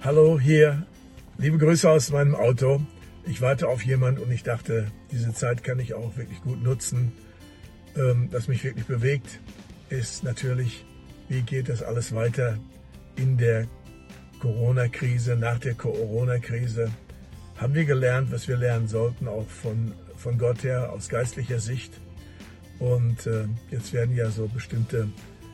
Hallo hier, liebe Grüße aus meinem Auto. Ich warte auf jemanden und ich dachte, diese Zeit kann ich auch wirklich gut nutzen. Was mich wirklich bewegt, ist natürlich, wie geht das alles weiter in der Corona-Krise, nach der Corona-Krise. Haben wir gelernt, was wir lernen sollten, auch von Gott her, aus geistlicher Sicht. Und jetzt werden ja so bestimmte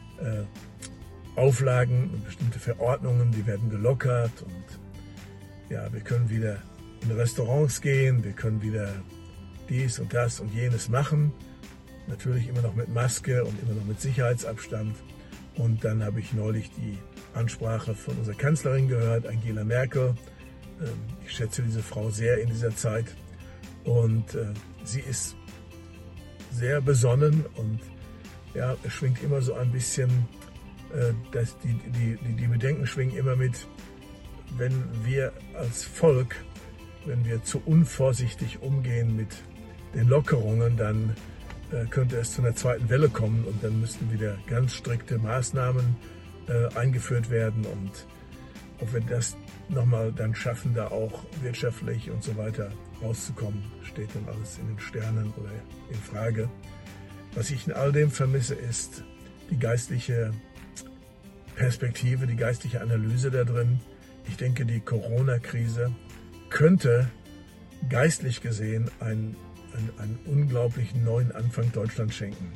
Auflagen und bestimmte Verordnungen, die werden gelockert. Und ja, wir können wieder in Restaurants gehen, wir können wieder dies und das und jenes machen. Natürlich immer noch mit Maske und immer noch mit Sicherheitsabstand. Und dann habe ich neulich die Ansprache von unserer Kanzlerin gehört, Angela Merkel. Ich schätze diese Frau sehr in dieser Zeit. Und sie ist sehr besonnen und ja, es schwingt immer so ein bisschen, dass die Bedenken schwingen immer mit, wenn wir als Volk, wenn wir zu unvorsichtig umgehen mit den Lockerungen, dann könnte es zu einer zweiten Welle kommen und dann müssten wieder ganz strikte Maßnahmen eingeführt werden. Und ob wir das nochmal dann schaffen, da auch wirtschaftlich und so weiter rauszukommen, steht dann alles in den Sternen oder in Frage. Was ich in all dem vermisse, ist die geistliche Perspektive, die geistliche Analyse da drin. Ich denke, die Corona-Krise könnte geistlich gesehen einen unglaublichen neuen Anfang Deutschland schenken.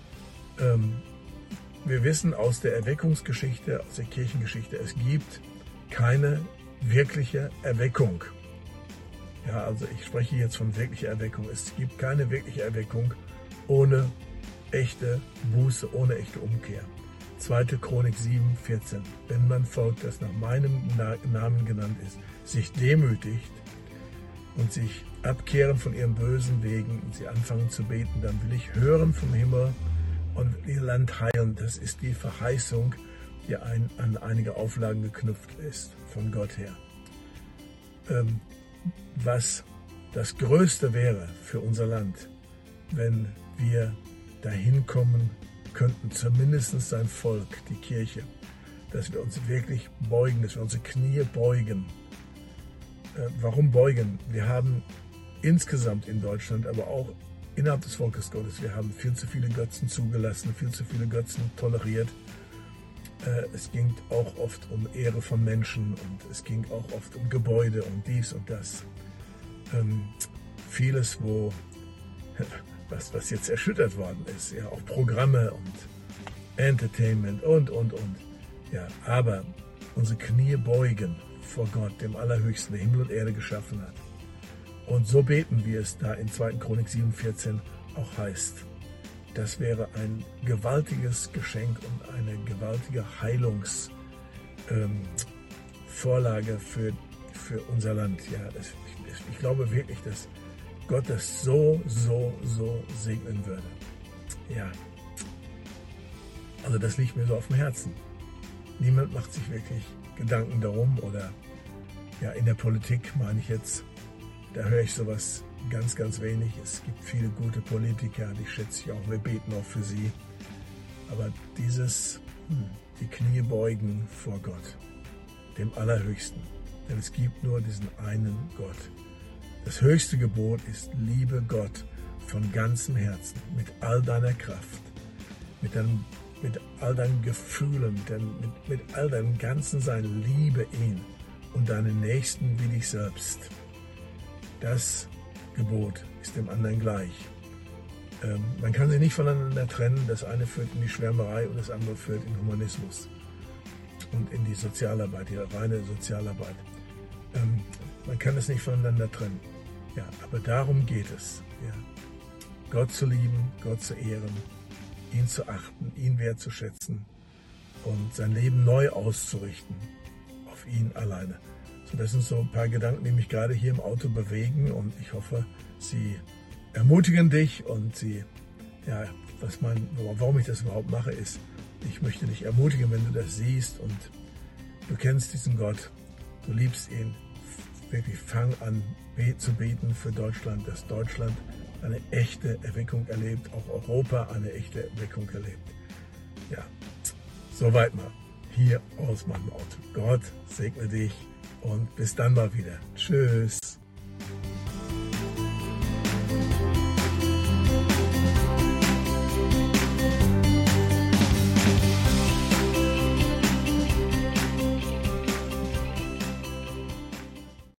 Wir wissen aus der Erweckungsgeschichte, aus der Kirchengeschichte, es gibt keine wirkliche Erweckung. Ja, also ich spreche jetzt von wirklicher Erweckung. Es gibt keine wirkliche Erweckung ohne echte Buße, ohne echte Umkehr. 2. Chronik 7, 14. Wenn mein Volk, das nach meinem Namen genannt ist, sich demütigt und sich abkehren von ihren bösen Wegen und sie anfangen zu beten, dann will ich hören vom Himmel und ihr Land heilen. Das ist die Verheißung, die an einige Auflagen geknüpft ist von Gott her. Was das Größte wäre für unser Land, wenn wir dahin kommen könnten, zumindest sein Volk, die Kirche, dass wir uns wirklich beugen, dass wir unsere Knie beugen. Warum beugen? Wir haben insgesamt in Deutschland, aber auch innerhalb des Volkes Gottes, wir haben viel zu viele Götzen zugelassen, viel zu viele Götzen toleriert. Es ging auch oft um Ehre von Menschen und es ging auch oft um Gebäude und dies und das. Vieles, was jetzt erschüttert worden ist, ja, auch Programme und Entertainment und. Ja, aber unsere Knie beugen vor Gott, dem Allerhöchsten, der Himmel und Erde geschaffen hat. Und so beten wir es da in 2. Chronik 7,14 auch heißt. Das wäre ein gewaltiges Geschenk und eine gewaltige Heilungsvorlage für unser Land. Ja, ich glaube wirklich, dass Gott das so segnen würde. Ja, also das liegt mir so auf dem Herzen. Niemand macht sich wirklich Gedanken darum oder ja, in der Politik meine ich jetzt, da höre ich sowas ganz wenig. Es gibt viele gute Politiker, die schätze ich auch, wir beten auch für sie. Aber die Knie beugen vor Gott, dem Allerhöchsten. Denn es gibt nur diesen einen Gott. Das höchste Gebot ist, liebe Gott von ganzem Herzen, mit all deiner Kraft, mit all deinen Gefühlen, mit all deinem ganzen Sein, liebe ihn und deinen Nächsten wie dich selbst. Das Gebot ist dem anderen gleich. Man kann sie nicht voneinander trennen. Das eine führt in die Schwärmerei und das andere führt in Humanismus und in die Sozialarbeit, die reine Sozialarbeit. Man kann es nicht voneinander trennen. Ja, aber darum geht es. Ja. Gott zu lieben, Gott zu ehren, ihn zu achten, ihn wertzuschätzen und sein Leben neu auszurichten auf ihn alleine. So, das sind so ein paar Gedanken, die mich gerade hier im Auto bewegen und ich hoffe, sie ermutigen dich und warum ich das überhaupt mache, ist, ich möchte dich ermutigen, wenn du das siehst und du kennst diesen Gott, du liebst ihn, wirklich fang an zu beten für Deutschland, dass Deutschland eine echte Erweckung erlebt, auch Europa eine echte Erweckung erlebt. Ja, soweit mal hier aus meinem Auto. Gott segne dich und bis dann mal wieder. Tschüss.